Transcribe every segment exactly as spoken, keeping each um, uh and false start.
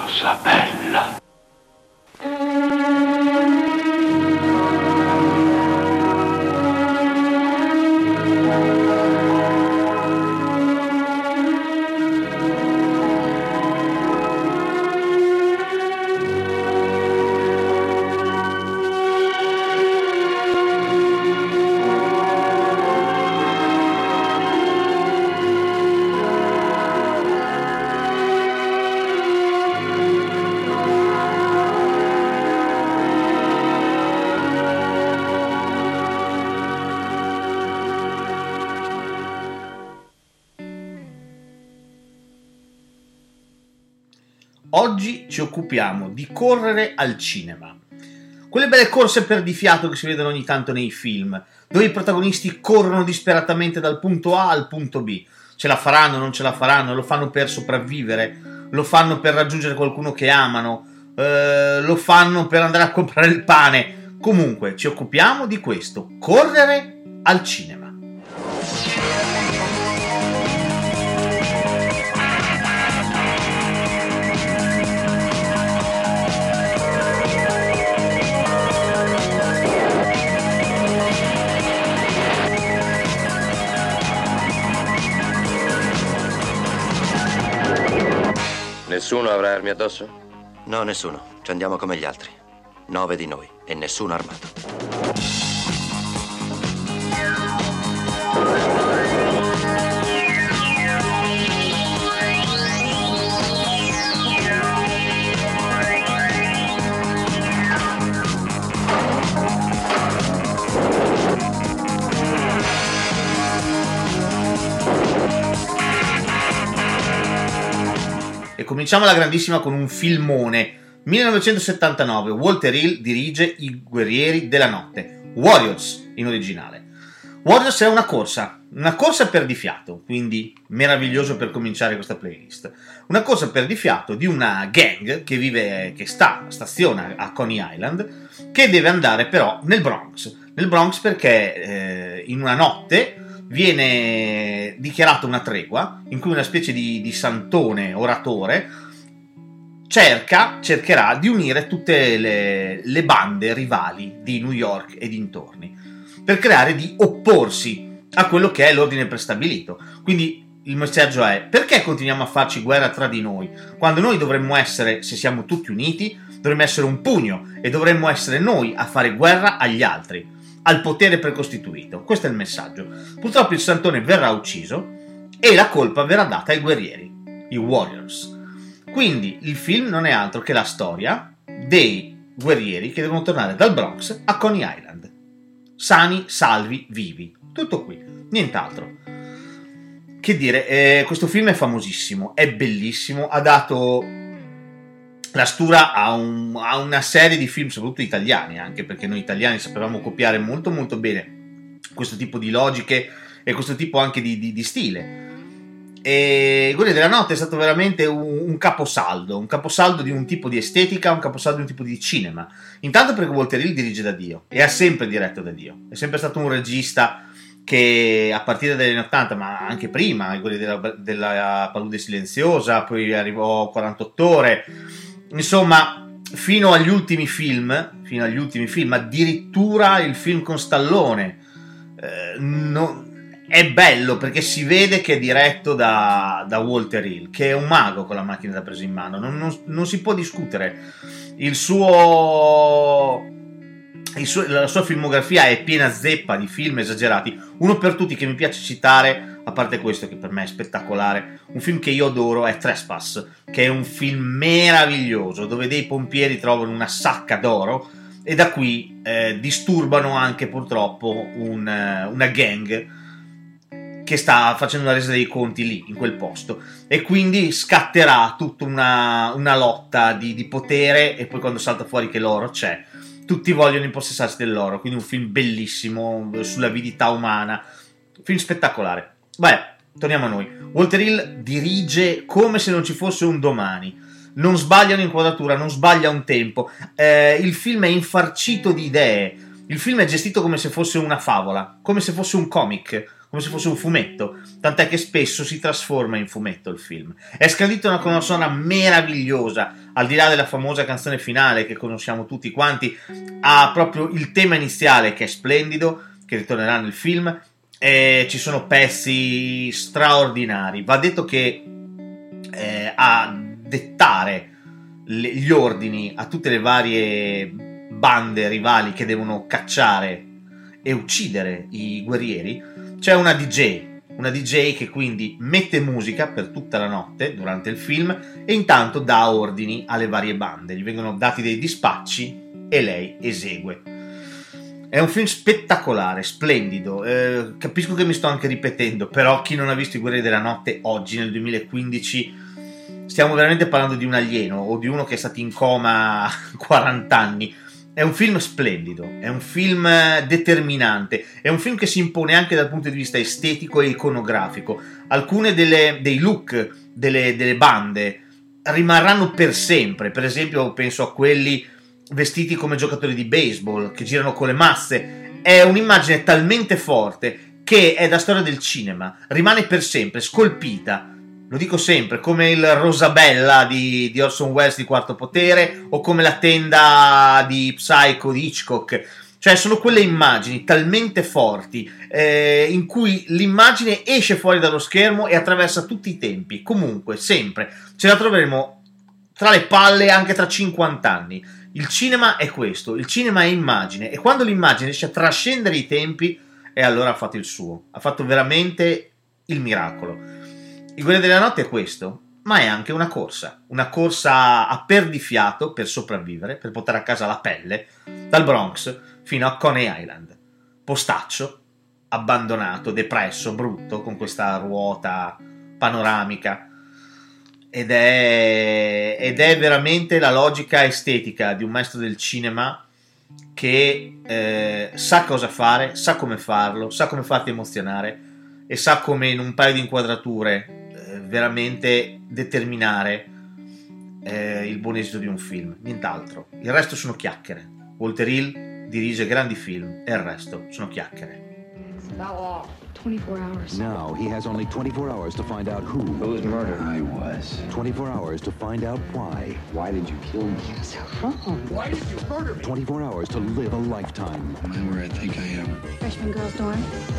cosa bella. Oggi ci occupiamo di correre al cinema. Quelle belle corse perdifiato che si vedono ogni tanto nei film, dove i protagonisti corrono disperatamente dal punto A al punto B. Ce la faranno, non ce la faranno, lo fanno per sopravvivere, lo fanno per raggiungere qualcuno che amano, eh, lo fanno per andare a comprare il pane. Comunque, ci occupiamo di questo, correre al cinema. Nessuno avrà armi addosso? No, nessuno. Ci andiamo come gli altri. Nove di noi e nessuno armato. E cominciamo alla grandissima con un filmone. millenovecentosettantanove, Walter Hill dirige I Guerrieri della Notte, Warriors in originale. Warriors è una corsa, una corsa per di fiato, quindi meraviglioso per cominciare questa playlist. Una corsa per di fiato di una gang che vive, che sta, staziona a Coney Island, che deve andare però nel Bronx. Nel Bronx perché eh, in una notte viene dichiarata una tregua in cui una specie di, di santone oratore cerca, cercherà di unire tutte le, le bande rivali di New York e dintorni per creare di opporsi a quello che è l'ordine prestabilito. Quindi il messaggio è: perché continuiamo a farci guerra tra di noi quando noi dovremmo essere, se siamo tutti uniti, dovremmo essere un pugno e dovremmo essere noi a fare guerra agli altri, al potere precostituito. Questo è il messaggio. Purtroppo il santone verrà ucciso e la colpa verrà data ai guerrieri, i Warriors. Quindi il film non è altro che la storia dei guerrieri che devono tornare dal Bronx a Coney Island, sani, salvi, vivi. Tutto qui, nient'altro. Che dire, eh, questo film è famosissimo, è bellissimo, ha dato la stura a, un, a una serie di film, soprattutto italiani, anche perché noi italiani sapevamo copiare molto molto bene questo tipo di logiche e questo tipo anche di, di, di stile. E Guerrieri della Notte è stato veramente un, un caposaldo, un caposaldo di un tipo di estetica, un caposaldo di un tipo di cinema. Intanto perché Walter Hill dirige da Dio e ha sempre diretto da Dio, è sempre stato un regista che a partire dagli anni ottanta, ma anche prima, i Guerrieri della, della Palude Silenziosa, poi arrivò quarantotto ore, insomma, fino agli ultimi film, fino agli ultimi film, addirittura il film con Stallone, eh, no, è bello perché si vede che è diretto da, da Walter Hill, che è un mago con la macchina da presa in mano, non, non, non si può discutere. Il suo, il suo, la sua filmografia è piena zeppa di film esagerati. Uno per tutti che mi piace citare, a parte questo che per me è spettacolare, un film che io adoro è Trespass, che è un film meraviglioso dove dei pompieri trovano una sacca d'oro e da qui eh, disturbano anche purtroppo un, una gang che sta facendo una resa dei conti lì, in quel posto, e quindi scatterà tutta una, una lotta di, di potere, e poi quando salta fuori che l'oro c'è, tutti vogliono impossessarsi dell'oro. Quindi un film bellissimo sull'avidità umana, film spettacolare. Beh, torniamo a noi. Walter Hill dirige come se non ci fosse un domani, non sbaglia un'inquadratura, non sbaglia un tempo, eh, il film è infarcito di idee, il film è gestito come se fosse una favola, come se fosse un comic, come se fosse un fumetto, tant'è che spesso si trasforma in fumetto il film. È scandito una colonna sonora meravigliosa, al di là della famosa canzone finale che conosciamo tutti quanti, ha proprio il tema iniziale che è splendido, che ritornerà nel film, e ci sono pezzi straordinari. Va detto che eh, a dettare le, gli ordini a tutte le varie bande rivali che devono cacciare e uccidere i guerrieri c'è una D J, una D J che quindi mette musica per tutta la notte durante il film e intanto dà ordini alle varie bande, gli vengono dati dei dispacci e lei esegue. È un film spettacolare, splendido, eh, capisco che mi sto anche ripetendo, però chi non ha visto I Guerrieri della Notte oggi nel duemilaquindici stiamo veramente parlando di un alieno o di uno che è stato in coma quaranta anni. È un film splendido, è un film determinante, è un film che si impone anche dal punto di vista estetico e iconografico. Alcune delle, dei look delle, delle bande rimarranno per sempre, per esempio penso a quelli vestiti come giocatori di baseball che girano con le mazze. È un'immagine talmente forte che è da storia del cinema, rimane per sempre scolpita. Lo dico sempre, come il Rosabella di, di Orson Welles di Quarto Potere o come la tenda di Psycho di Hitchcock. Cioè sono quelle immagini talmente forti eh, in cui l'immagine esce fuori dallo schermo e attraversa tutti i tempi, comunque, sempre. Ce la troveremo tra le palle anche tra cinquanta anni. Il cinema è questo, il cinema è immagine, e quando l'immagine riesce a trascendere i tempi, e allora ha fatto il suo, ha fatto veramente il miracolo. I Guerrieri della Notte è questo, ma è anche una corsa, una corsa a perdifiato per sopravvivere, per portare a casa la pelle, dal Bronx fino a Coney Island. Postaccio, abbandonato, depresso, brutto, con questa ruota panoramica. Ed è, ed è veramente la logica estetica di un maestro del cinema che eh, sa cosa fare, sa come farlo, sa come farti emozionare e sa come in un paio di inquadrature eh, veramente determinare eh, il buon esito di un film, nient'altro. Il resto sono chiacchiere. Walter Hill dirige grandi film e il resto sono chiacchiere. twenty-four hours. Now he has only twenty-four hours to find out who. Who was murdered? I was. twenty-four hours to find out why. Why did you kill me? So wrong. Why did you murder me? twenty-four hours to live a lifetime. Am I where I think I am? Freshman girls dorm.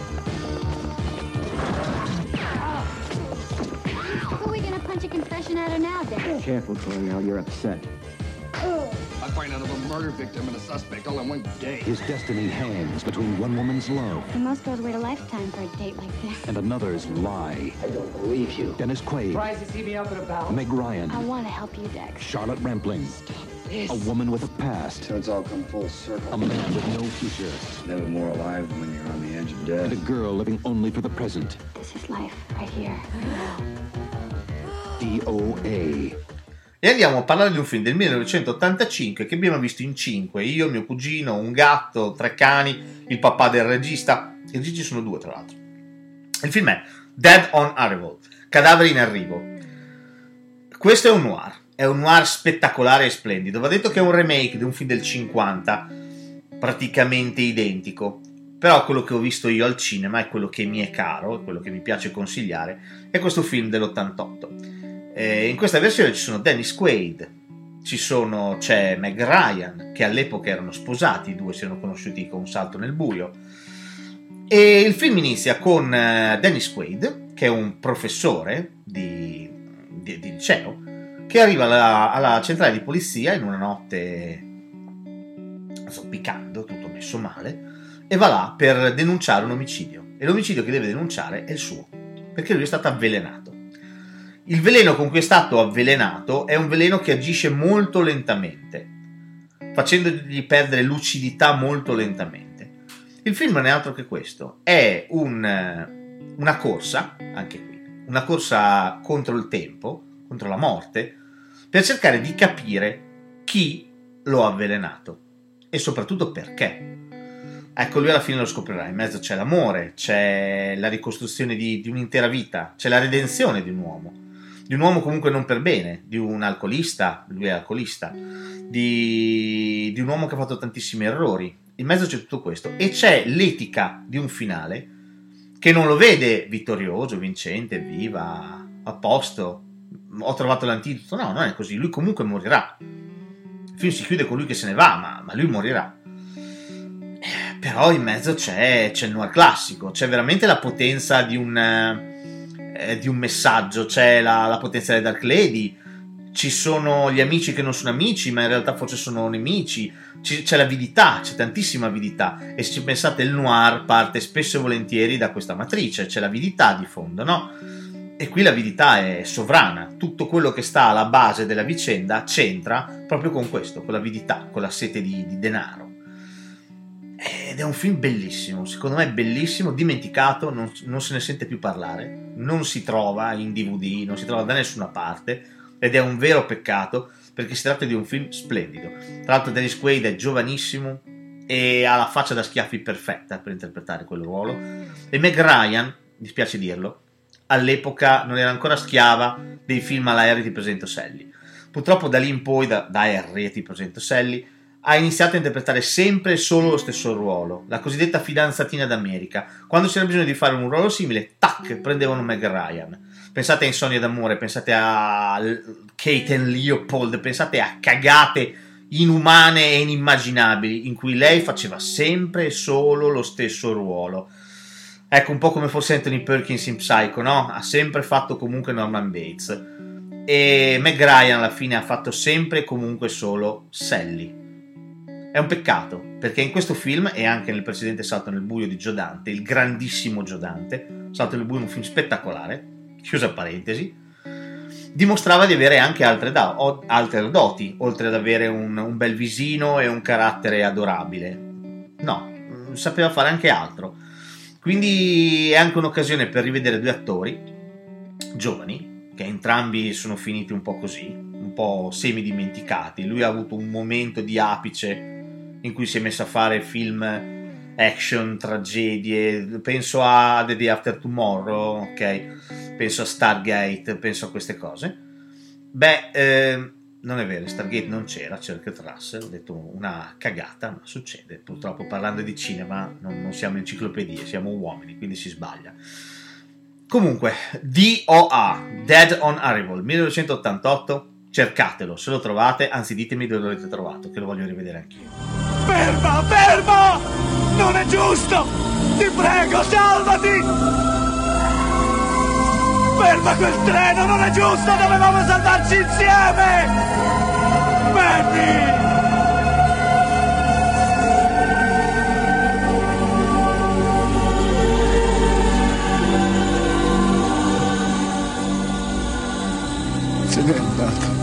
Who are we gonna punch a confession at her now, Dad? Careful, Cornell, you're upset. I find out of a murder victim and a suspect all in one day. His destiny hangs between one woman's love And most girls wait a lifetime for a date like this. and another's lie. I don't believe you. Dennis Quaid, Surprised to see me up and about. Meg Ryan, I want to help you, Dex. Charlotte Rampling, This. a woman with a past, So it's all come full a circle. man with no future, Never more alive than when you're on the edge of and a death. girl living only for the present. This is life, right here. D O A. E andiamo a parlare di un film del millenovecentottantacinque che abbiamo visto in cinque, io, mio cugino, un gatto, tre cani, il papà del regista. I registi sono due, tra l'altro. Il film è Dead on Arrival, Cadaveri in arrivo. Questo è un noir, è un noir spettacolare e splendido. Va detto che è un remake di un film del cinquanta, praticamente identico. Però quello che ho visto io al cinema è quello che mi è caro, è quello che mi piace consigliare, è questo film dell'ottantotto. Eh, in questa versione ci sono Dennis Quaid, ci sono, c'è Meg Ryan, che all'epoca erano sposati, i due si erano conosciuti con Un salto nel buio, e il film inizia con eh, Dennis Quaid, che è un professore di, di, di liceo, che arriva alla, alla centrale di polizia in una notte zoppicando, tutto messo male, e va là per denunciare un omicidio, e l'omicidio che deve denunciare è il suo, perché lui è stato avvelenato. Il veleno con cui è stato avvelenato è un veleno che agisce molto lentamente, facendogli perdere lucidità molto lentamente. Il film non è altro che questo, è un, una corsa, anche qui, una corsa contro il tempo, contro la morte, per cercare di capire chi lo ha avvelenato e soprattutto perché. Ecco, lui alla fine lo scoprirà, in mezzo c'è l'amore, c'è la ricostruzione di, di un'intera vita, c'è la redenzione di un uomo. Di un uomo comunque non per bene, di un alcolista, lui è alcolista, di, di un uomo che ha fatto tantissimi errori. In mezzo c'è tutto questo e c'è l'etica di un finale che non lo vede vittorioso, vincente, viva, a posto, ho trovato l'antidoto. No, non è così, lui comunque morirà. Il film si chiude con lui che se ne va, ma, ma lui morirà. Eh, però in mezzo c'è, c'è il noir classico, c'è veramente la potenza di un, eh, di un messaggio, c'è la, la potenza delle Dark Lady, ci sono gli amici che non sono amici, ma in realtà forse sono nemici, c'è l'avidità, c'è tantissima avidità, e se ci pensate il noir parte spesso e volentieri da questa matrice, c'è l'avidità di fondo, no? E qui l'avidità è sovrana, tutto quello che sta alla base della vicenda c'entra proprio con questo, con l'avidità, con la sete di, di denaro. Ed è un film bellissimo, secondo me bellissimo, dimenticato, non, non se ne sente più parlare, non si trova in D V D, non si trova da nessuna parte, ed è un vero peccato, perché si tratta di un film splendido. Tra l'altro Dennis Quaid è giovanissimo e ha la faccia da schiaffi perfetta per interpretare quel ruolo, e Meg Ryan, dispiace dirlo, all'epoca non era ancora schiava dei film alla Harry ti presento Sally. Purtroppo da lì in poi, da, da Harry ti presento Sally, ha iniziato a interpretare sempre e solo lo stesso ruolo, la cosiddetta fidanzatina d'America. Quando c'era bisogno di fare un ruolo simile, tac, prendevano Meg Ryan. Pensate a Insonnia d'amore, pensate a Kate and Leopold, pensate a cagate inumane e inimmaginabili in cui lei faceva sempre e solo lo stesso ruolo. Ecco, un po' come forse Anthony Perkins in Psycho, no? Ha sempre fatto comunque Norman Bates. E Meg Ryan alla fine ha fatto sempre e comunque solo Sally. È un peccato, perché in questo film, e anche nel precedente Salto nel buio di Joe Dante, il grandissimo Joe Dante, Salto nel buio è un film spettacolare, chiusa parentesi, dimostrava di avere anche altre, da- altre doti, oltre ad avere un, un bel visino e un carattere adorabile. No, sapeva fare anche altro. Quindi è anche un'occasione per rivedere due attori giovani, che entrambi sono finiti un po' così, un po' semi-dimenticati. Lui ha avuto un momento di apice in cui si è messo a fare film action, tragedie, penso a The Day After Tomorrow, ok? Penso a Stargate, penso a queste cose. Beh, eh, non è vero, Stargate non c'era, c'era Kurt Russell, ho detto una cagata, ma succede. Purtroppo parlando di cinema non, non siamo enciclopedie, siamo uomini, quindi si sbaglia. Comunque, D O A, Dead on Arrival, millenovecentottantotto, cercatelo, se lo trovate, anzi ditemi dove l'avete trovato, che lo voglio rivedere anch'io. Ferma, ferma! Non è giusto! Ti prego, salvati! Ferma quel treno, non è giusto! Dovevamo salvarci insieme! Benny! Se n'è andato.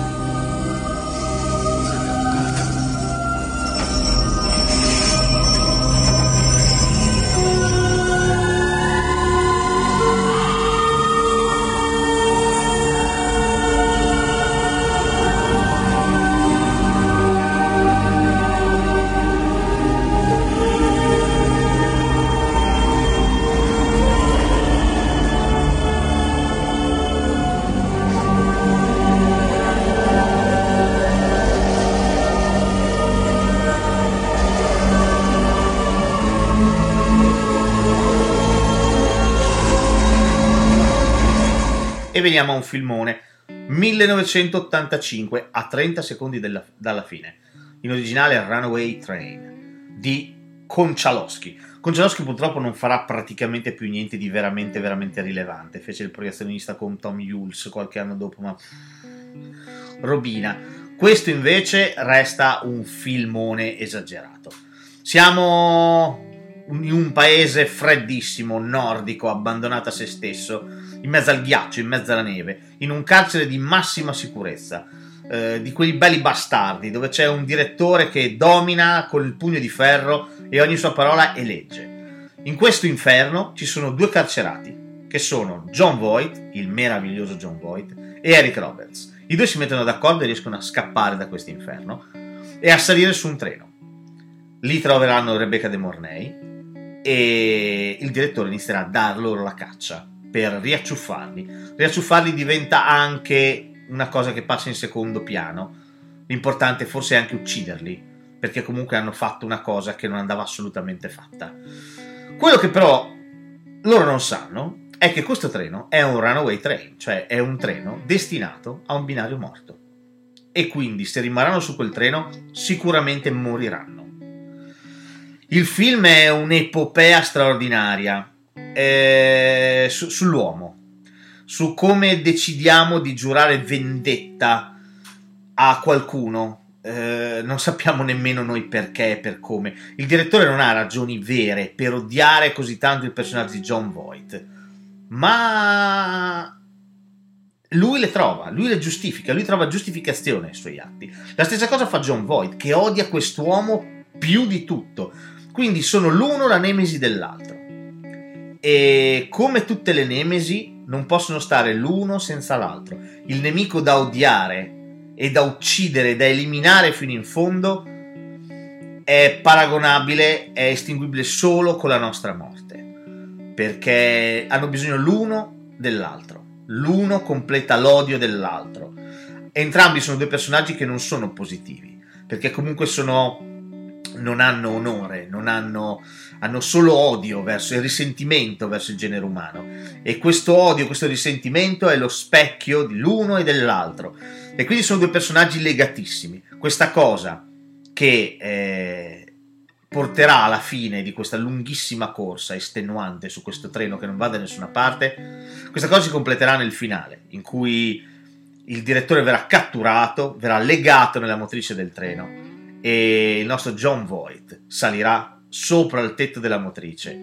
E veniamo a un filmone, millenovecentottantacinque, a trenta secondi della, dalla fine, in originale Runaway Train, di Konchalovsky. Konchalovsky purtroppo non farà praticamente più niente di veramente veramente rilevante, fece il proiezionista con Tom Hulce qualche anno dopo, ma robina. Questo invece resta un filmone esagerato. Siamo in un paese freddissimo, nordico, abbandonato a se stesso, in mezzo al ghiaccio, in mezzo alla neve, in un carcere di massima sicurezza, eh, di quei belli bastardi, dove c'è un direttore che domina con il pugno di ferro e ogni sua parola è legge. In questo inferno ci sono due carcerati, che sono Jon Voight, il meraviglioso Jon Voight, e Eric Roberts. I due si mettono d'accordo e riescono a scappare da questo inferno e a salire su un treno. Lì troveranno Rebecca De Mornay e il direttore inizierà a dar loro la caccia per riacciuffarli. Riacciuffarli diventa anche una cosa che passa in secondo piano. L'importante forse è anche ucciderli, perché comunque hanno fatto una cosa che non andava assolutamente fatta. Quello che però loro non sanno è che questo treno è un runaway train, cioè è un treno destinato a un binario morto. E quindi se rimarranno su quel treno sicuramente moriranno. Il film è un'epopea straordinaria eh, su, sull'uomo, su come decidiamo di giurare vendetta a qualcuno. Eh, non sappiamo nemmeno noi perché e per come. Il direttore non ha ragioni vere per odiare così tanto il personaggio di Jon Voight, ma lui le trova, lui le giustifica, lui trova giustificazione ai suoi atti. La stessa cosa fa Jon Voight, che odia quest'uomo più di tutto. Quindi sono l'uno la nemesi dell'altro, e come tutte le nemesi non possono stare l'uno senza l'altro. Il nemico da odiare e da uccidere, da eliminare fino in fondo, è paragonabile, è estinguibile solo con la nostra morte, perché hanno bisogno l'uno dell'altro, l'uno completa l'odio dell'altro. Entrambi sono due personaggi che non sono positivi, perché comunque sono, non hanno onore, non hanno, hanno solo odio verso il risentimento verso il genere umano, e questo odio, questo risentimento è lo specchio dell'uno e dell'altro, e quindi sono due personaggi legatissimi. Questa cosa che eh, porterà alla fine di questa lunghissima corsa estenuante su questo treno che non va da nessuna parte, questa cosa si completerà nel finale, in cui il direttore verrà catturato, verrà legato nella motrice del treno, e il nostro Jon Voight salirà sopra il tetto della motrice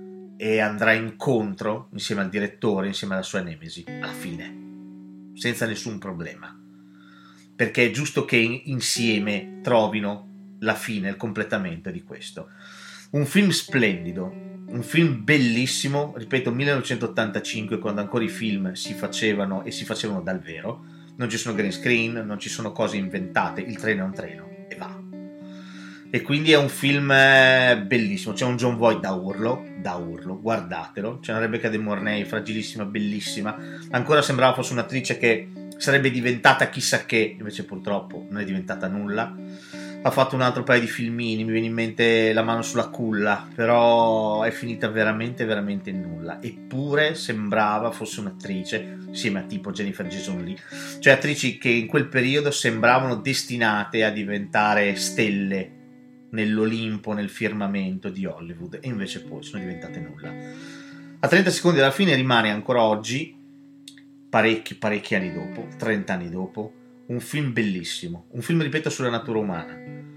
e andrà incontro insieme al direttore, insieme alla sua nemesi, alla fine, senza nessun problema, perché è giusto che insieme trovino la fine, il completamento di questo. Un film splendido, un film bellissimo, ripeto, millenovecentottantacinque, quando ancora i film si facevano e si facevano dal vero, non ci sono green screen, non ci sono cose inventate, il treno è un treno e va. E quindi è un film bellissimo. C'è un Jon Voight da urlo, da urlo, guardatelo. C'è una Rebecca De Mornay fragilissima, bellissima, ancora sembrava fosse un'attrice che sarebbe diventata chissà che, invece purtroppo non è diventata nulla. Ha fatto un altro paio di filmini, mi viene in mente La mano sulla culla, però è finita veramente veramente in nulla. Eppure sembrava fosse un'attrice, insieme a tipo Jennifer Jason Leigh, cioè attrici che in quel periodo sembravano destinate a diventare stelle nell'Olimpo, nel firmamento di Hollywood, e invece poi sono diventate nulla. A trenta secondi dalla fine rimane ancora oggi, parecchi parecchi anni dopo, trenta anni dopo, un film bellissimo, un film, ripeto, sulla natura umana.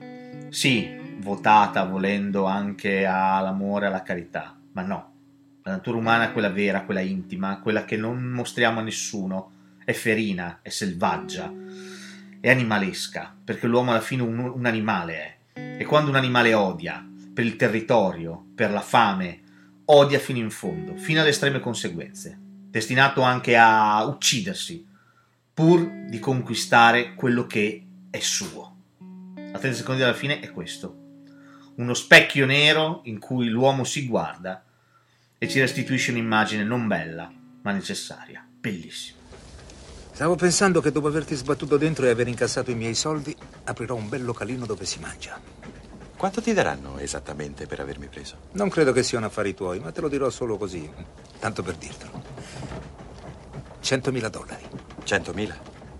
Sì, votata volendo anche all'amore, alla carità, ma no, la natura umana è quella vera, quella intima, quella che non mostriamo a nessuno, è ferina, è selvaggia, è animalesca, perché l'uomo alla fine un, un animale è. E quando un animale odia per il territorio, per la fame, odia fino in fondo, fino alle estreme conseguenze, destinato anche a uccidersi pur di conquistare quello che è suo. A trenta secondi dalla fine è questo, uno specchio nero in cui l'uomo si guarda e ci restituisce un'immagine non bella ma necessaria, bellissima. Stavo pensando che dopo averti sbattuto dentro e aver incassato i miei soldi, aprirò un bel localino dove si mangia. Quanto ti daranno esattamente per avermi preso? Non credo che siano affari tuoi, ma te lo dirò solo così, tanto per dirtelo. Centomila dollari. Centomila?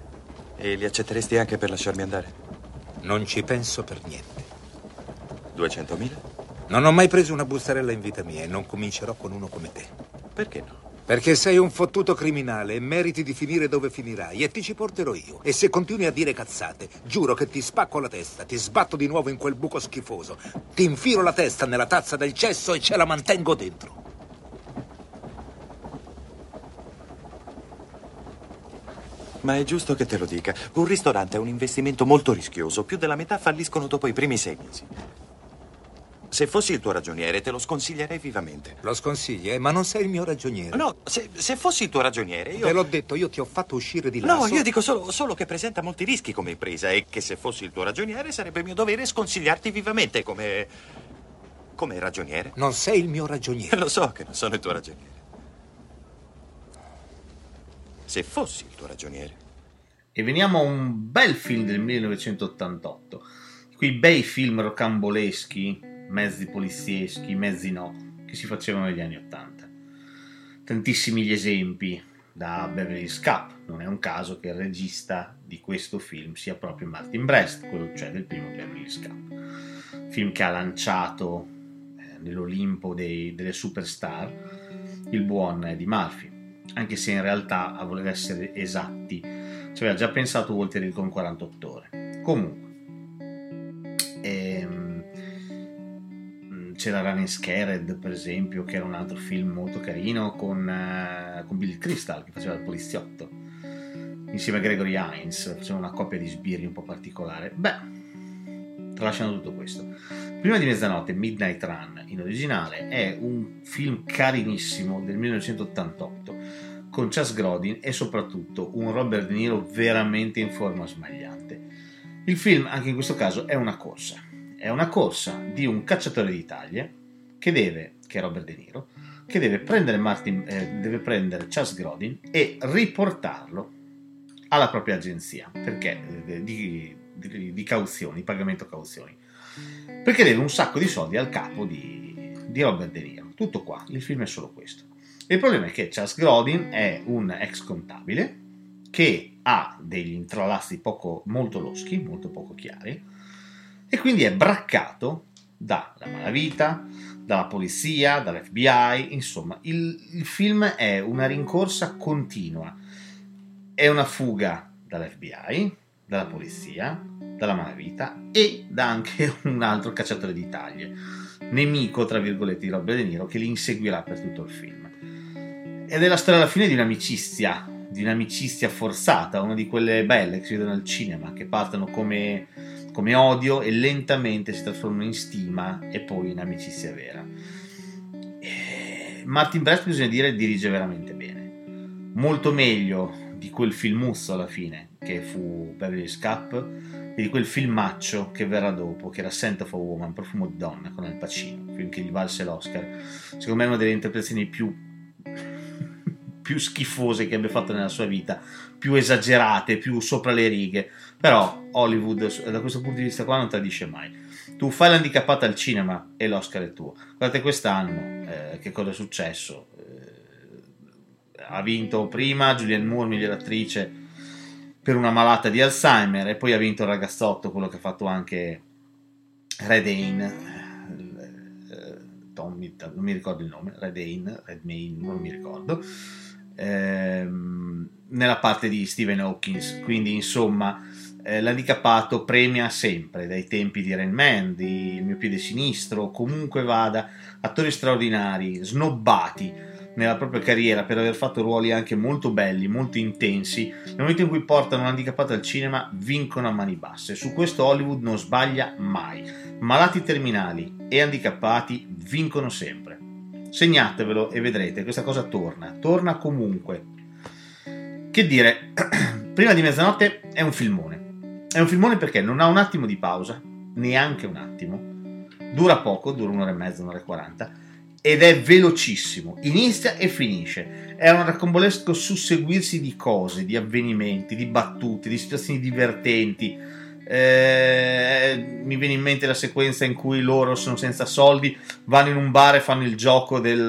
E li accetteresti anche per lasciarmi andare? Non ci penso per niente. Duecentomila? Non ho mai preso una bustarella in vita mia e non comincerò con uno come te. Perché no? Perché sei un fottuto criminale e meriti di finire dove finirai, e ti ci porterò io. E se continui a dire cazzate, giuro che ti spacco la testa, ti sbatto di nuovo in quel buco schifoso, ti infilo la testa nella tazza del cesso e ce la mantengo dentro. Ma è giusto che te lo dica. Un ristorante è un investimento molto rischioso. Più della metà falliscono dopo i primi sei mesi. Se fossi il tuo ragioniere, te lo sconsiglierei vivamente. Lo sconsigli, eh? Ma non sei il mio ragioniere. No, se, se fossi il tuo ragioniere, io... Te l'ho detto, io ti ho fatto uscire di là. No, so... io dico solo, solo che presenta molti rischi come impresa e che se fossi il tuo ragioniere sarebbe mio dovere sconsigliarti vivamente come... come ragioniere. Non sei il mio ragioniere. Lo so che non sono il tuo ragioniere. Se fossi il tuo ragioniere. E veniamo a un bel film del millenovecentottantotto, quei bei film rocamboleschi, mezzi polizieschi, mezzi no, che si facevano negli anni Ottanta. tantissimi gli esempi da Beverly Hills Cop. Non è un caso che il regista di questo film sia proprio Martin Brest, quello cioè del primo Beverly Hills Cop, film che ha lanciato eh, nell'Olimpo dei, delle superstar il buon Eddie Murphy, anche se in realtà, a voler essere esatti, ci aveva già pensato Walter Hill con quarantotto ore. Comunque ehm, c'era Running Scared, per esempio, che era un altro film molto carino con, uh, con Billy Crystal, che faceva il poliziotto insieme a Gregory Hines, faceva una coppia di sbirri un po' particolare. Beh, tralasciando tutto questo, Prima di mezzanotte, Midnight Run in originale, è un film carinissimo del millenovecentottantotto con Charles Grodin e soprattutto un Robert De Niro veramente in forma smagliante. Il film, anche in questo caso, è una corsa. È una corsa di un cacciatore di taglie che deve, che è Robert De Niro, che deve prendere, Martin, eh, deve prendere Charles Grodin e riportarlo alla propria agenzia, perché eh, di, di, di cauzioni, pagamento cauzioni, perché deve un sacco di soldi al capo di, di Robert De Niro. Tutto qua, il film è solo questo. Il problema è che Charles Grodin è un ex contabile che ha degli intralazzi poco, molto loschi, molto poco chiari, e quindi è braccato dalla malavita, dalla polizia, dall'F B I. Insomma, il, il film è una rincorsa continua, è una fuga dall'F B I, dalla polizia, dalla malavita e da anche un altro cacciatore di taglie, nemico tra virgolette di Robert De Niro, che li inseguirà per tutto il film. Ed è la storia alla fine di un'amicizia, di un'amicizia forzata, una di quelle belle che si vedono al cinema, che partono come, come odio e lentamente si trasformano in stima e poi in amicizia vera. E Martin Brest, bisogna dire, dirige veramente bene, molto meglio di quel filmuzzo alla fine che fu Beverly Hills Cop e di quel filmaccio che verrà dopo, che era Scent of a Woman, Profumo di donna, con Al Pacino, film che gli valse l'Oscar. Secondo me è una delle interpretazioni più più schifose che abbia fatto nella sua vita, più esagerate, più sopra le righe. Però Hollywood da questo punto di vista qua non tradisce mai. Tu fai l'handicappata al cinema e l'Oscar è tuo. Guardate quest'anno eh, che cosa è successo. Eh, ha vinto prima Julianne Moore, miglior attrice, per Una malata di Alzheimer, e poi ha vinto il ragazzotto, quello che ha fatto anche Redmayne, eh, Tommy, non mi ricordo il nome, Redmayne, Redmayne non mi ricordo, ehm, nella parte di Stephen Hawkins. Quindi insomma eh, l'handicappato premia sempre, dai tempi di Rain Man, di Il mio piede sinistro, comunque vada, attori straordinari, snobbati nella propria carriera per aver fatto ruoli anche molto belli, molto intensi. Nel momento in cui portano un handicappato al cinema vincono a mani basse. Su questo Hollywood non sbaglia mai. Malati terminali e handicappati vincono sempre. Segnatevelo e vedrete, questa cosa torna, torna comunque. Che dire, Prima di mezzanotte è un filmone. È un filmone perché non ha un attimo di pausa, neanche un attimo. Dura poco, dura un'ora e mezza, un'ora e quaranta, ed è velocissimo, inizia e finisce. È un rocambolesco susseguirsi di cose, di avvenimenti, di battute, di situazioni divertenti. Eh, mi viene in mente la sequenza in cui loro sono senza soldi, vanno in un bar e fanno il gioco del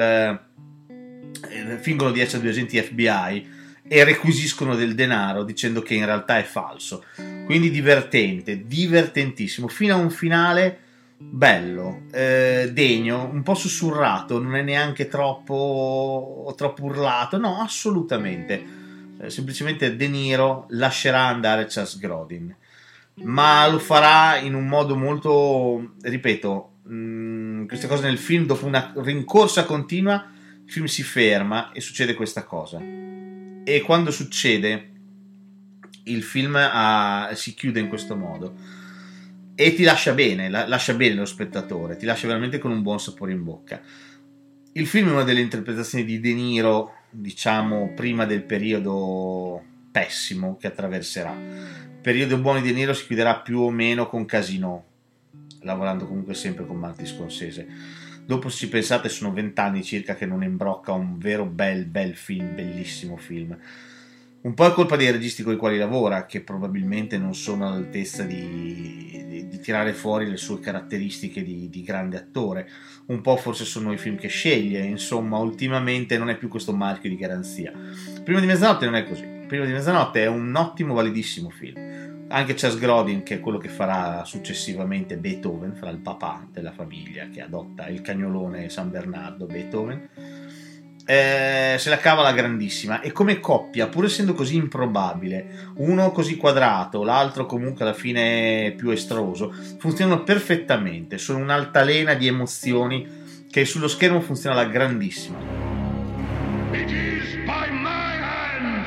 eh, fingono di essere due agenti F B I e requisiscono del denaro dicendo che in realtà è falso. Quindi divertente, divertentissimo, fino a un finale bello, eh, degno, un po' sussurrato, non è neanche troppo troppo urlato, no, assolutamente. Eh, semplicemente De Niro lascerà andare Charles Grodin, ma lo farà in un modo molto, ripeto, mh, queste cose nel film, dopo una rincorsa continua il film si ferma e succede questa cosa, e quando succede il film ha, si chiude in questo modo e ti lascia bene, la, lascia bene lo spettatore, ti lascia veramente con un buon sapore in bocca. Il film è una delle interpretazioni di De Niro, diciamo, prima del periodo pessimo che attraverserà. Il periodo buono di De Niro si chiuderà più o meno con Casino, lavorando comunque sempre con Martin Scorsese. Dopo, se ci pensate, sono vent'anni circa che non imbrocca un vero bel bel film, bellissimo film. Un po' è colpa dei registi con i quali lavora, che probabilmente non sono all'altezza di, di, di tirare fuori le sue caratteristiche di, di grande attore. Un po' forse sono i film che sceglie, insomma, ultimamente non è più questo marchio di garanzia. Prima di mezzanotte non è così. Prima di mezzanotte è un ottimo, validissimo film. Anche Charles Grodin, che è quello che farà successivamente Beethoven, farà il papà della famiglia che adotta il cagnolone San Bernardo Beethoven, Eh, se la cava alla grandissima, e come coppia, pur essendo così improbabile, uno così quadrato, l'altro comunque alla fine più estroso, funzionano perfettamente, sono un'altalena di emozioni che sullo schermo funziona alla grandissima. It is by my hand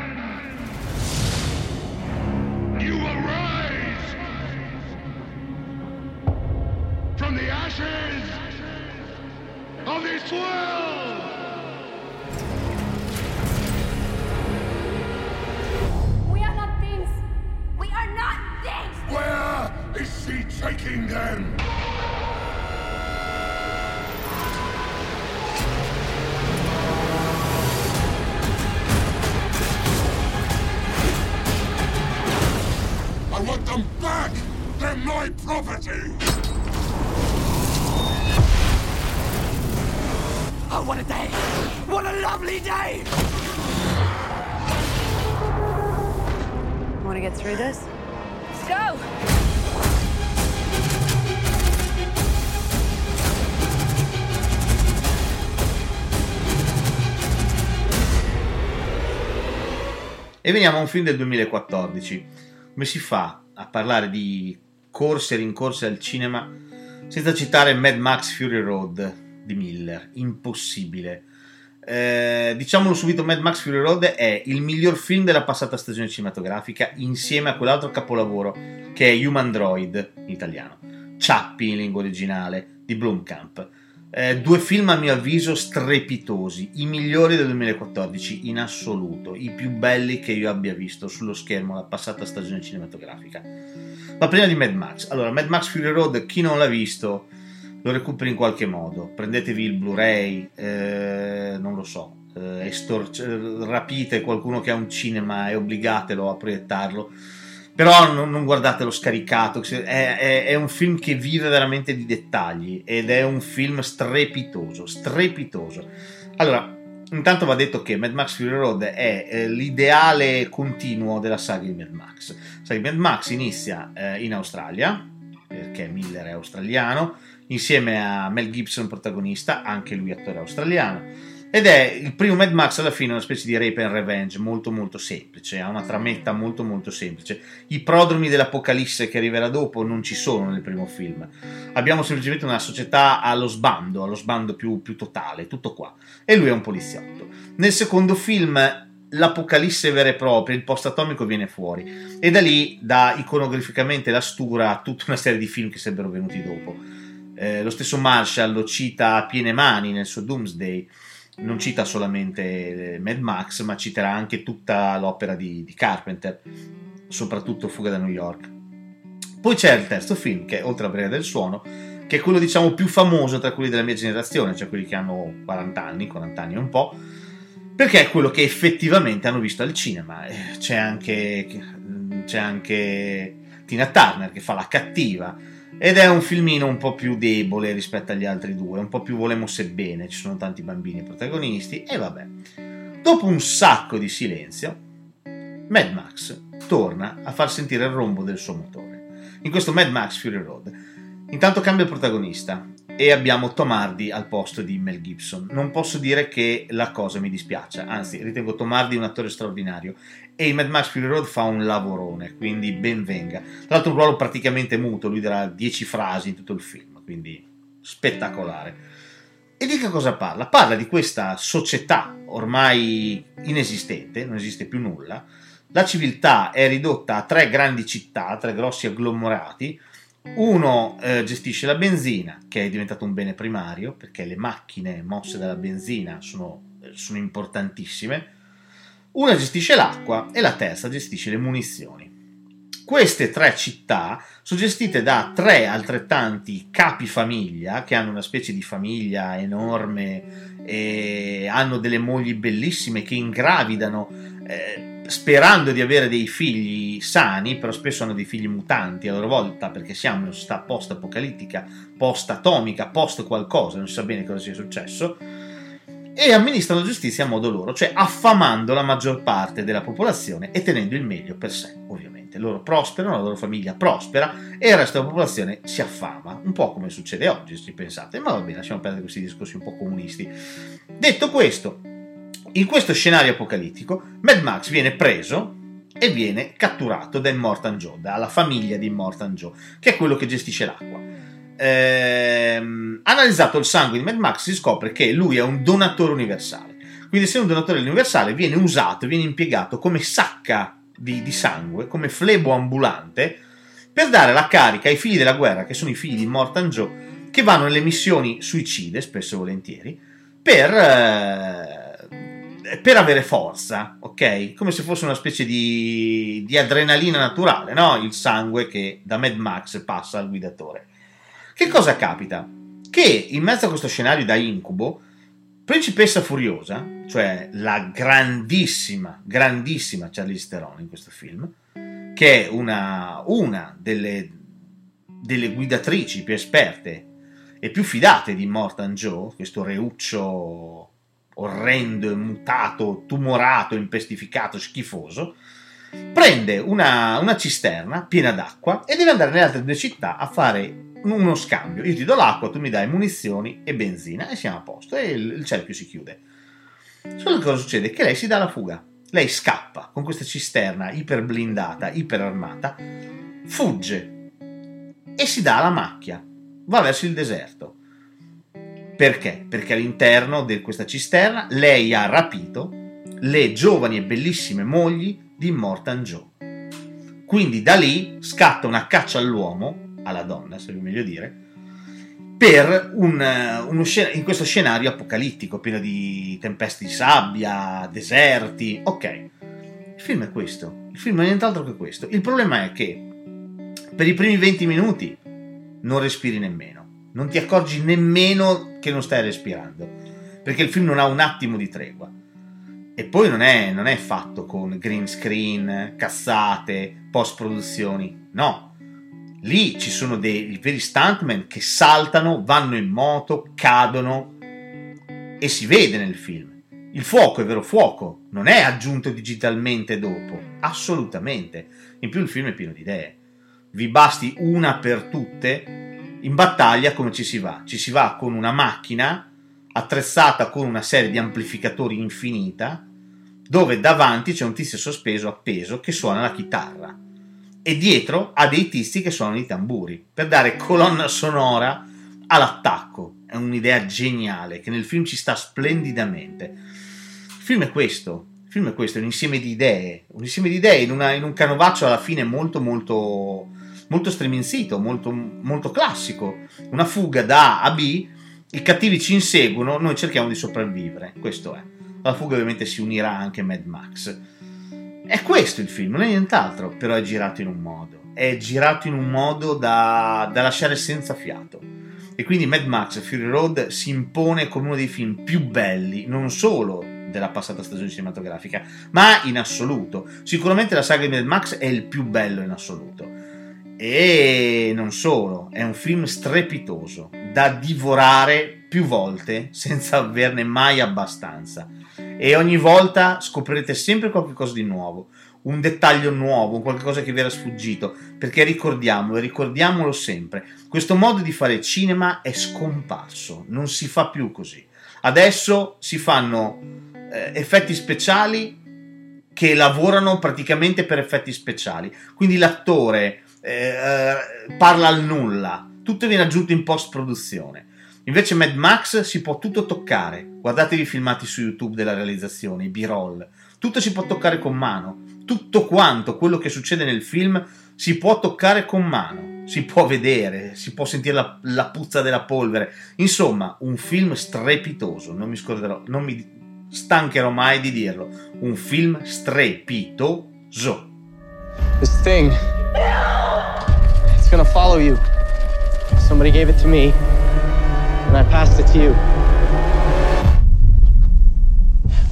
you arise from the ashes of this world. Where is she taking them? I want them back! They're my property! Oh, what a day! What a lovely day! Want to get through this? Go! E veniamo a un film del duemilaquattordici. Come si fa a parlare di corse e rincorse al cinema senza citare Mad Max Fury Road di Miller? Impossibile. Eh, diciamolo subito, Mad Max Fury Road è il miglior film della passata stagione cinematografica, insieme a quell'altro capolavoro che è Human Droid in italiano, Chappie in lingua originale di Blomkamp. Eh, due film a mio avviso strepitosi, i migliori del duemilaquattordici in assoluto, i più belli che io abbia visto sullo schermo la passata stagione cinematografica. Ma prima di Mad Max, allora Mad Max Fury Road, chi non l'ha visto lo recuperi in qualche modo, prendetevi il Blu-ray, eh, non lo so, eh, estor- rapite qualcuno che ha un cinema e obbligatelo a proiettarlo, però non, non guardatelo scaricato, è, è, è un film che vive veramente di dettagli ed è un film strepitoso, strepitoso. Allora, intanto va detto che Mad Max Fury Road è eh, l'ideale continuo della saga di Mad Max. La saga di Mad Max inizia eh, in Australia, perché Miller è australiano, insieme a Mel Gibson protagonista, anche lui attore australiano, ed è il primo Mad Max alla fine una specie di rape and revenge molto molto semplice, ha una trametta molto molto semplice. I prodromi dell'apocalisse che arriverà dopo non ci sono nel primo film, abbiamo semplicemente una società allo sbando, allo sbando più, più totale, tutto qua, e lui è un poliziotto. Nel secondo film l'apocalisse vera e propria, il post-atomico viene fuori, e da lì dà iconograficamente la stura a tutta una serie di film che sarebbero venuti dopo. Eh, lo stesso Marshall lo cita a piene mani nel suo Doomsday, non cita solamente Mad Max, ma citerà anche tutta l'opera di, di Carpenter, soprattutto Fuga da New York. Poi c'è il terzo film, che è Oltre la Brega del Suono, che è quello diciamo più famoso tra quelli della mia generazione, cioè quelli che hanno quaranta anni, quaranta anni e un po', perché è quello che effettivamente hanno visto al cinema. C'è anche, c'è anche Tina Turner che fa la cattiva, ed è un filmino un po' più debole rispetto agli altri due, un po' più volemo sebbene, ci sono tanti bambini protagonisti, e vabbè. Dopo un sacco di silenzio, Mad Max torna a far sentire il rombo del suo motore. In questo Mad Max Fury Road, intanto cambia il protagonista, e abbiamo Tom Hardy al posto di Mel Gibson. Non posso dire che la cosa mi dispiaccia, anzi ritengo Tom Hardy un attore straordinario, e in Mad Max Fury Road fa un lavorone, quindi ben venga. Tra l'altro un ruolo praticamente muto, lui darà dieci frasi in tutto il film, quindi spettacolare. E di che cosa parla? Parla di questa società ormai inesistente, non esiste più nulla, la civiltà è ridotta a tre grandi città, tre grossi agglomerati. Uno eh, gestisce la benzina, che è diventato un bene primario, perché le macchine mosse dalla benzina sono, sono importantissime. Una gestisce l'acqua e la terza gestisce le munizioni. Queste tre città sono gestite da tre altrettanti capi famiglia, che hanno una specie di famiglia enorme e hanno delle mogli bellissime che ingravidano eh, sperando di avere dei figli sani, però spesso hanno dei figli mutanti a loro volta, perché siamo in una società post-apocalittica, post-atomica, post-qualcosa, non si sa bene cosa sia successo, e amministrano la giustizia a modo loro, cioè affamando la maggior parte della popolazione e tenendo il meglio per sé, ovviamente. Loro prosperano, la loro famiglia prospera e il resto della popolazione si affama, un po' come succede oggi, se pensate, ma va bene, lasciamo perdere questi discorsi un po' comunisti. Detto questo, in questo scenario apocalittico, Mad Max viene preso e viene catturato da Immortan Joe, dalla famiglia di Immortan Joe, che è quello che gestisce l'acqua. Ehm, analizzato il sangue di Mad Max si scopre che lui è un donatore universale, quindi se è un donatore universale viene usato, viene impiegato come sacca di, di sangue, come flebo ambulante, per dare la carica ai figli della guerra, che sono i figli di Immortan Joe, che vanno nelle missioni suicide, spesso e volentieri, per, eh, per avere forza, ok? Come se fosse una specie di, di adrenalina naturale, no? Il sangue che da Mad Max passa al guidatore. Che cosa capita? Che in mezzo a questo scenario da incubo, Principessa Furiosa, cioè la grandissima, grandissima Charlize Theron in questo film, che è una, una delle, delle guidatrici più esperte e più fidate di Immortan Joe, questo reuccio orrendo, mutato, tumorato, impestificato, schifoso, prende una, una cisterna piena d'acqua e deve andare nelle altre due città a fare uno scambio. Io ti do l'acqua, tu mi dai munizioni e benzina e siamo a posto, e il, il cerchio si chiude. Solo che cosa succede? Che lei si dà la fuga. Lei scappa con questa cisterna iper blindata, iper armata, fugge e si dà alla macchia, va verso il deserto. Perché? Perché all'interno di questa cisterna lei ha rapito le giovani e bellissime mogli di Immortan Joe. Quindi da lì scatta una caccia all'uomo, alla donna, se è meglio dire, per un, uno scena- in questo scenario apocalittico, pieno di tempeste di sabbia, deserti. Ok, il film è questo, il film è nient'altro che questo. Il problema è che per i primi venti minuti non respiri nemmeno, non ti accorgi nemmeno che non stai respirando, perché il film non ha un attimo di tregua. E poi non è, non è fatto con green screen, cazzate, post-produzioni, no. Lì ci sono dei veri stuntman che saltano, vanno in moto, cadono e si vede nel film. Il fuoco è vero fuoco, non è aggiunto digitalmente dopo, assolutamente. In più il film è pieno di idee. Vi basti una per tutte. In battaglia come ci si va? Ci si va con una macchina attrezzata con una serie di amplificatori infinita, dove davanti c'è un tizio sospeso appeso che suona la chitarra e dietro ha dei tizi che suonano i tamburi per dare colonna sonora all'attacco. È un'idea geniale che nel film ci sta splendidamente. Il film è questo, il film è questo, è un insieme di idee, un insieme di idee in, una, in un canovaccio alla fine molto molto molto striminzito, molto, molto classico. Una fuga da A a B, i cattivi ci inseguono, noi cerchiamo di sopravvivere, questo è. Alla fuga ovviamente si unirà anche Mad Max. È questo il film, non è nient'altro, però è girato in un modo, è girato in un modo da, da lasciare senza fiato. E quindi Mad Max Fury Road si impone come uno dei film più belli, non solo della passata stagione cinematografica, ma in assoluto. Sicuramente la saga di Mad Max è il più bello in assoluto. E non solo, è un film strepitoso, da divorare più volte senza averne mai abbastanza. E ogni volta scoprirete sempre qualcosa di nuovo, un dettaglio nuovo, qualcosa che vi era sfuggito, perché ricordiamolo e ricordiamolo sempre, questo modo di fare cinema è scomparso, non si fa più così. Adesso si fanno eh, effetti speciali che lavorano praticamente per effetti speciali, quindi l'attore eh, parla al nulla, tutto viene aggiunto in post-produzione. Invece Mad Max si può tutto toccare, guardatevi i filmati su YouTube della realizzazione, i B-roll, tutto si può toccare con mano, tutto quanto quello che succede nel film si può toccare con mano, si può vedere, si può sentire la, la puzza della polvere, insomma un film strepitoso, non mi scorderò, non mi stancherò mai di dirlo, un film strepitoso. This thing, it's gonna follow you. Somebody gave it to me. And I passed it to you.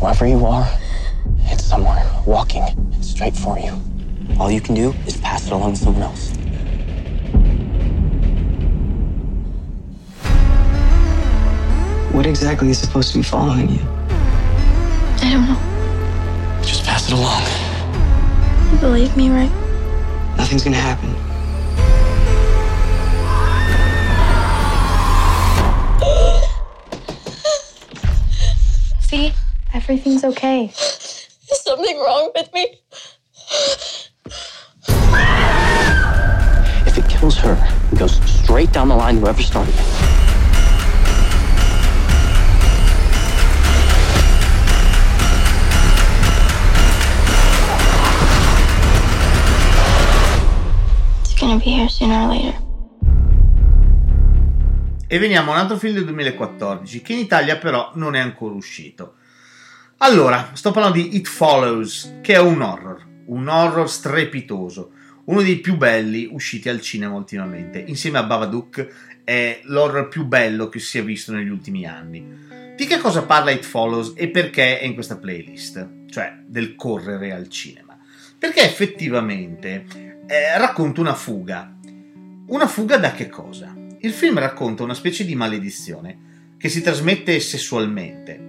Wherever you are, it's somewhere, walking straight for you. All you can do is pass it along to someone else. What exactly is supposed to be following you? I don't know. Just pass it along. You believe me, right? Nothing's gonna happen. See? Everything's okay. Is something wrong with me? If it kills her, it goes straight down the line to whoever started it. It's gonna be here sooner or later. E veniamo a un altro film del duemilaquattordici che in Italia però non è ancora uscito. Allora, sto parlando di It Follows, che è un horror, un horror strepitoso, uno dei più belli usciti al cinema ultimamente. Insieme a Babadook è l'horror più bello che si sia visto negli ultimi anni. Di che cosa parla It Follows e perché è in questa playlist? Cioè, del correre al cinema. Perché effettivamente eh, racconta una fuga. Una fuga da che cosa? Il film racconta una specie di maledizione che si trasmette sessualmente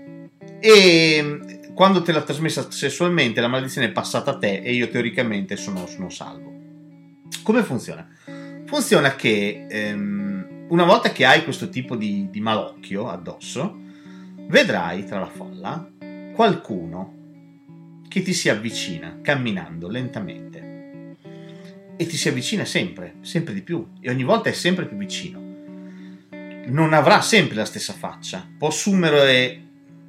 e quando te l'ha trasmessa sessualmente la maledizione è passata a te e io teoricamente sono, sono salvo. Come funziona? Funziona che ehm, una volta che hai questo tipo di, di malocchio addosso, vedrai tra la folla qualcuno che ti si avvicina camminando lentamente. E ti si avvicina sempre, sempre di più, e ogni volta è sempre più vicino. Non avrà sempre la stessa faccia, può assumere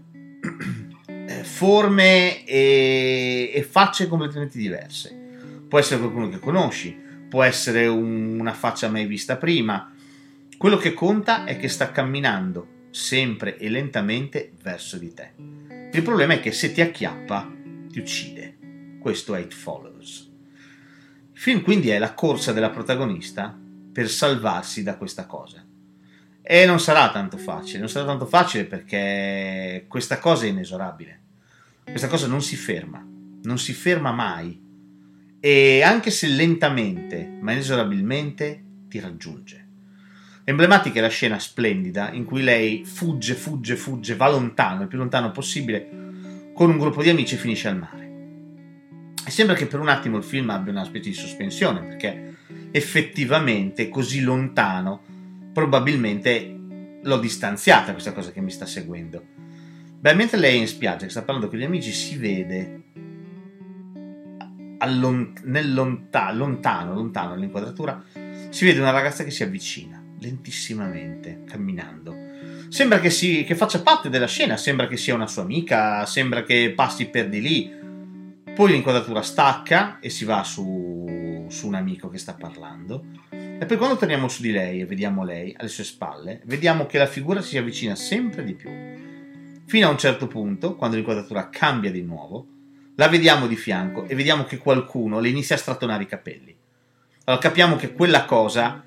forme e, e facce completamente diverse. Può essere qualcuno che conosci, può essere un, una faccia mai vista prima. Quello che conta è che sta camminando sempre e lentamente verso di te. Il problema è che se ti acchiappa, ti uccide. Questo è It Follows. Il film quindi è la corsa della protagonista per salvarsi da questa cosa. E non sarà tanto facile, non sarà tanto facile perché questa cosa è inesorabile. Questa cosa non si ferma, non si ferma mai. E anche se lentamente, ma inesorabilmente, ti raggiunge. Emblematica è la scena splendida in cui lei fugge, fugge, fugge, va lontano, il più lontano possibile, con un gruppo di amici e finisce al mare. E sembra che per un attimo il film abbia una specie di sospensione, perché effettivamente così lontano probabilmente l'ho distanziata questa cosa che mi sta seguendo. Beh, mentre lei è in spiaggia che sta parlando con gli amici, si vede allont- nel lonta- lontano, lontano nell'inquadratura, si vede una ragazza che si avvicina lentissimamente, camminando. Sembra che, si, che faccia parte della scena, sembra che sia una sua amica, sembra che passi per di lì. Poi l'inquadratura stacca e si va su, su un amico che sta parlando. E poi quando torniamo su di lei e vediamo lei alle sue spalle, vediamo che la figura si avvicina sempre di più. Fino a un certo punto, quando l'inquadratura cambia di nuovo, la vediamo di fianco e vediamo che qualcuno le inizia a strattonare i capelli. Allora capiamo che quella cosa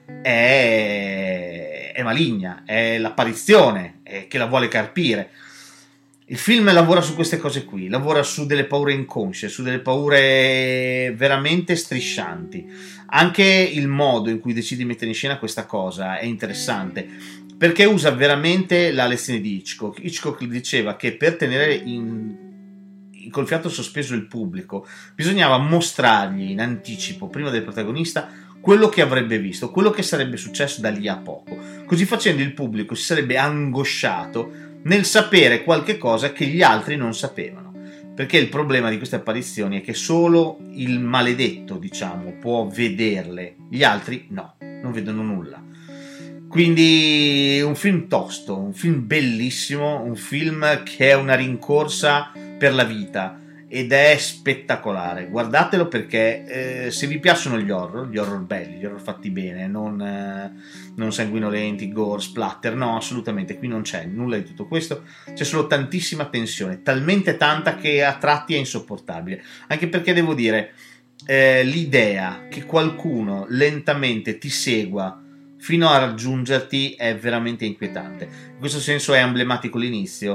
è, è maligna, è l'apparizione, è che la vuole carpire. Il film lavora su queste cose qui, lavora su delle paure inconsce, su delle paure veramente striscianti. Anche il modo in cui decide di mettere in scena questa cosa è interessante, perché usa veramente la lezione di Hitchcock. Hitchcock diceva che per tenere in, in col fiato sospeso il pubblico bisognava mostrargli in anticipo, prima del protagonista, quello che avrebbe visto, quello che sarebbe successo da lì a poco. Così facendo il pubblico si sarebbe angosciato nel sapere qualche cosa che gli altri non sapevano, perché il problema di queste apparizioni è che solo il maledetto, diciamo, può vederle, gli altri no, non vedono nulla. Quindi un film tosto, un film bellissimo, un film che è una rincorsa per la vita ed è spettacolare. Guardatelo perché eh, se vi piacciono gli horror, gli horror belli, gli horror fatti bene, non, eh, non sanguinolenti, gore, splatter, no, assolutamente, qui non c'è nulla di tutto questo, c'è solo tantissima tensione, talmente tanta che a tratti è insopportabile, anche perché devo dire, eh, l'idea che qualcuno lentamente ti segua fino a raggiungerti è veramente inquietante. In questo senso è emblematico l'inizio,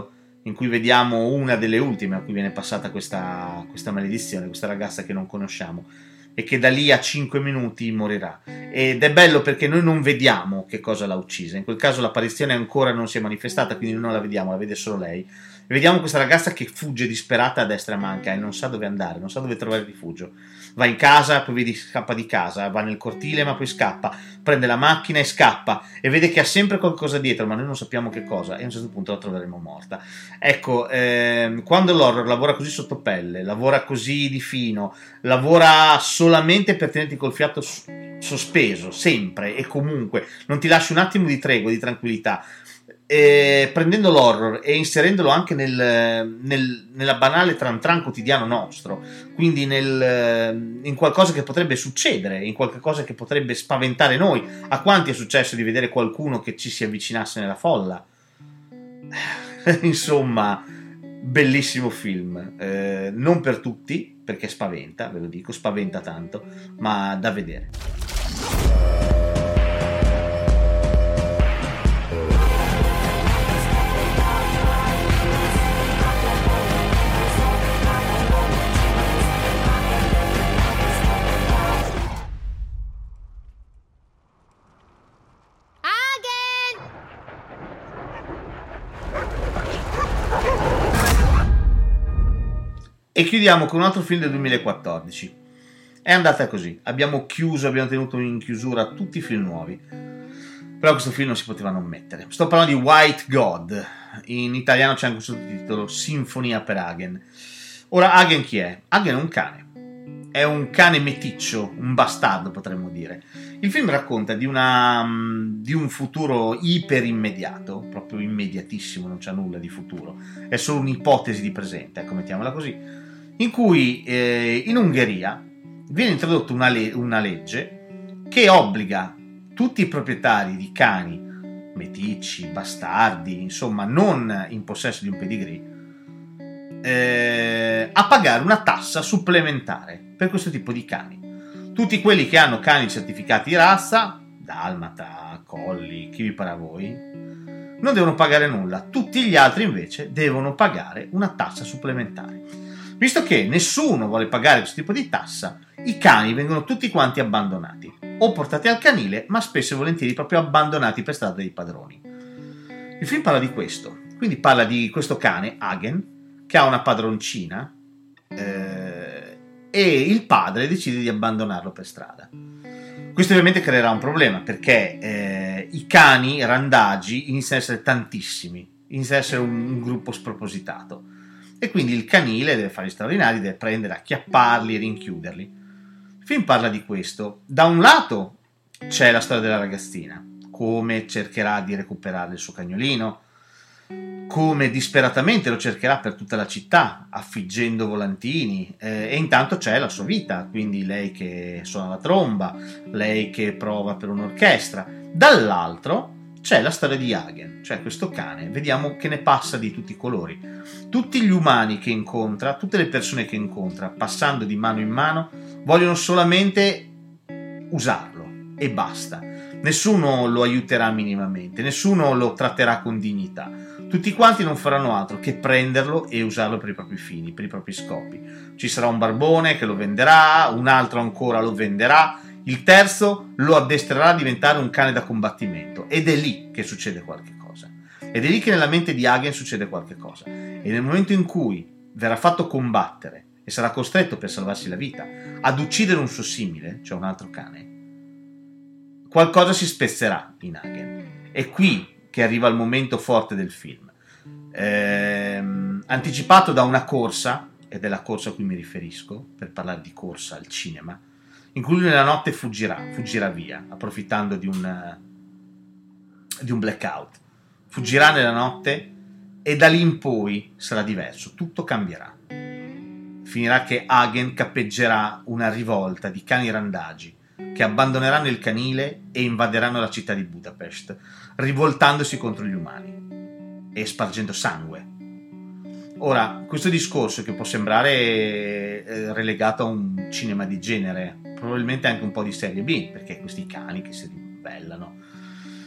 in cui vediamo una delle ultime a cui viene passata questa, questa maledizione, questa ragazza che non conosciamo e che da lì a cinque minuti morirà. Ed è bello perché noi non vediamo che cosa l'ha uccisa, in quel caso l'apparizione ancora non si è manifestata, quindi non la vediamo, la vede solo lei. E vediamo questa ragazza che fugge disperata a destra e a manca e non sa dove andare, non sa dove trovare rifugio. Va in casa, poi vedi scappa di casa, va nel cortile ma poi scappa, prende la macchina e scappa e vede che ha sempre qualcosa dietro ma noi non sappiamo che cosa e a un certo punto la troveremo morta. Ecco, ehm, quando l'horror lavora così sotto pelle, lavora così di fino, lavora solamente per tenerti col fiato sospeso, sempre e comunque, non ti lasci un attimo di tregua, di tranquillità, E prendendo l'horror e inserendolo anche nel, nel, nella banale tran tran quotidiano nostro, quindi nel, in qualcosa che potrebbe succedere, in qualcosa che potrebbe spaventare noi. A quanti è successo di vedere qualcuno che ci si avvicinasse nella folla? Insomma, bellissimo film, eh, non per tutti, perché spaventa, ve lo dico, spaventa tanto, ma da vedere. E chiudiamo con un altro film del duemilaquattordici. È andata così, abbiamo chiuso, abbiamo tenuto in chiusura tutti i film nuovi, però questo film non si poteva non mettere. Sto parlando di White God, in italiano c'è anche un sottotitolo, Sinfonia per Hagen. Ora, Hagen chi è? Hagen è un cane, è un cane meticcio, un bastardo potremmo dire. Il film racconta di, una, di un futuro iper immediato, proprio immediatissimo, non c'è nulla di futuro, è solo un'ipotesi di presente, ecco, mettiamola così, in cui eh, in Ungheria viene introdotta una, le- una legge che obbliga tutti i proprietari di cani meticci, bastardi, insomma non in possesso di un pedigree, eh, a pagare una tassa supplementare per questo tipo di cani. Tutti quelli che hanno cani certificati di razza, dalmata, colli, chi vi pare a voi, non devono pagare nulla. Tutti gli altri invece devono pagare una tassa supplementare. Visto che nessuno vuole pagare questo tipo di tassa, i cani vengono tutti quanti abbandonati o portati al canile, ma spesso e volentieri proprio abbandonati per strada dei padroni. Il film parla di questo, quindi parla di questo cane, Hagen, che ha una padroncina eh, e il padre decide di abbandonarlo per strada. Questo ovviamente creerà un problema perché eh, i cani randagi iniziano ad essere tantissimi, inizia ad essere un, un gruppo spropositato e quindi il canile deve fare gli straordinari, deve prendere, acchiapparli, rinchiuderli. Il film parla di questo. Da un lato c'è la storia della ragazzina, come cercherà di recuperare il suo cagnolino, come disperatamente lo cercherà per tutta la città, affiggendo volantini, eh, e intanto c'è la sua vita, quindi lei che suona la tromba, lei che prova per un'orchestra. Dall'altro c'è la storia di Hagen, cioè questo cane, vediamo che ne passa di tutti i colori. Tutti gli umani che incontra, tutte le persone che incontra, passando di mano in mano, vogliono solamente usarlo e basta. Nessuno lo aiuterà minimamente, nessuno lo tratterà con dignità. Tutti quanti non faranno altro che prenderlo e usarlo per i propri fini, per i propri scopi. Ci sarà un barbone che lo venderà, un altro ancora lo venderà, il terzo lo addestrerà a diventare un cane da combattimento. Ed è lì che succede qualche cosa. Ed è lì che nella mente di Hagen succede qualche cosa. E nel momento in cui verrà fatto combattere e sarà costretto per salvarsi la vita ad uccidere un suo simile, cioè un altro cane, qualcosa si spezzerà in Hagen. È qui che arriva il momento forte del film, ehm, anticipato da una corsa, ed è la corsa a cui mi riferisco per parlare di corsa al cinema, in cui lui nella notte fuggirà, fuggirà via, approfittando di un, di un blackout. Fuggirà nella notte e da lì in poi sarà diverso, tutto cambierà. Finirà che Hagen cappeggerà una rivolta di cani randagi che abbandoneranno il canile e invaderanno la città di Budapest, rivoltandosi contro gli umani e spargendo sangue. Ora, questo discorso che può sembrare eh, relegato a un cinema di genere, probabilmente anche un po' di serie B, perché questi cani che si ribellano,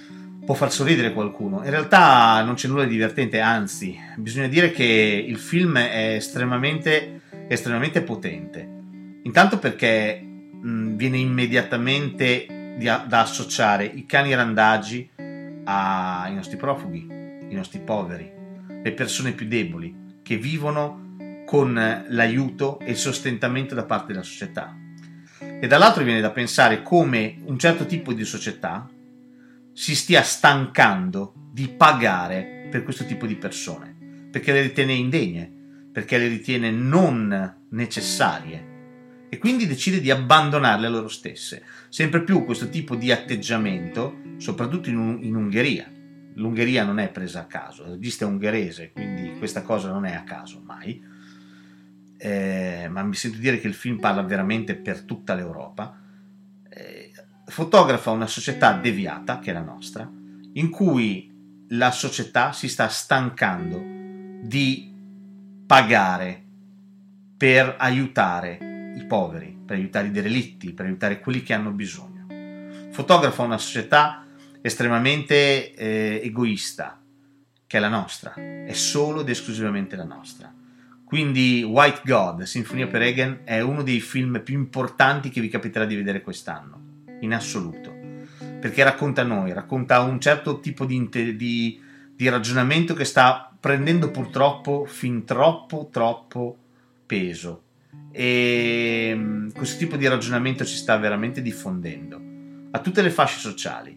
può far sorridere qualcuno. In realtà non c'è nulla di divertente, anzi, bisogna dire che il film è estremamente, estremamente potente. Intanto perché mh, viene immediatamente di, da associare i cani randagi ai nostri profughi, i nostri poveri, le persone più deboli che vivono con l'aiuto e il sostentamento da parte della società. E dall'altro viene da pensare come un certo tipo di società si stia stancando di pagare per questo tipo di persone, perché le ritiene indegne, perché le ritiene non necessarie, e quindi decide di abbandonarle a loro stesse. Sempre più questo tipo di atteggiamento, soprattutto in, in Ungheria. L'Ungheria non è presa a caso, il regista è ungherese, quindi questa cosa non è a caso mai, eh, ma mi sento dire che il film parla veramente per tutta l'Europa. Eh, fotografa una società deviata, che è la nostra, in cui la società si sta stancando di pagare per aiutare i poveri, per aiutare i derelitti, per aiutare quelli che hanno bisogno. Fotografa una società estremamente eh, egoista, che è la nostra, è solo ed esclusivamente la nostra. Quindi White God, Sinfonia per Requiem, è uno dei film più importanti che vi capiterà di vedere quest'anno, in assoluto, perché racconta noi, racconta un certo tipo di, di, di ragionamento che sta prendendo purtroppo fin troppo troppo peso, e questo tipo di ragionamento si sta veramente diffondendo a tutte le fasce sociali.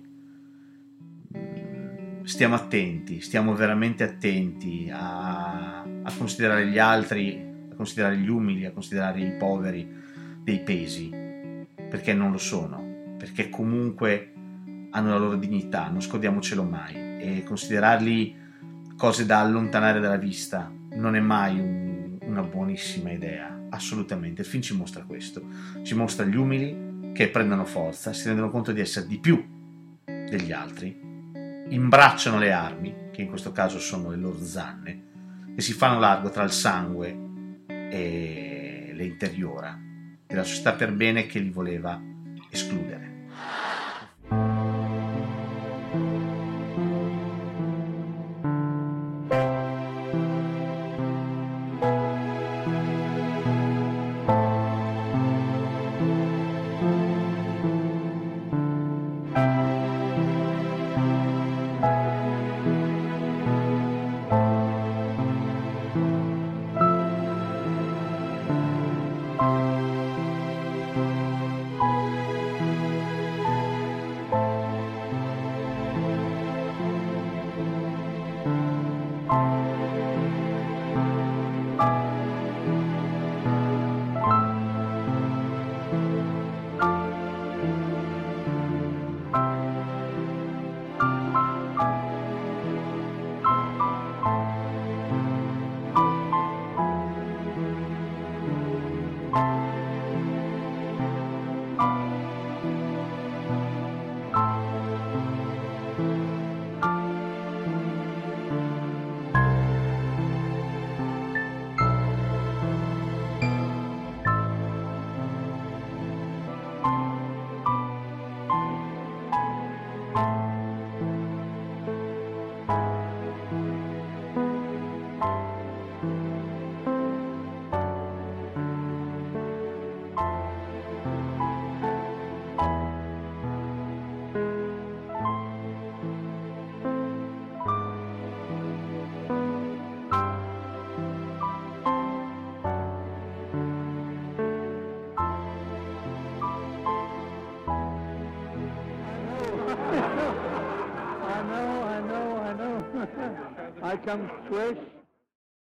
Stiamo attenti, stiamo veramente attenti a, a considerare gli altri, a considerare gli umili, a considerare i poveri dei pesi, perché non lo sono, perché comunque hanno la loro dignità, non scordiamocelo mai, e considerarli cose da allontanare dalla vista non è mai un, una buonissima idea, assolutamente. Il film ci mostra questo, ci mostra gli umili che prendono forza, si rendono conto di essere di più degli altri, imbracciano le armi, che in questo caso sono le loro zanne, e si fanno largo tra il sangue e le interiora della società per bene che li voleva escludere. I come swish.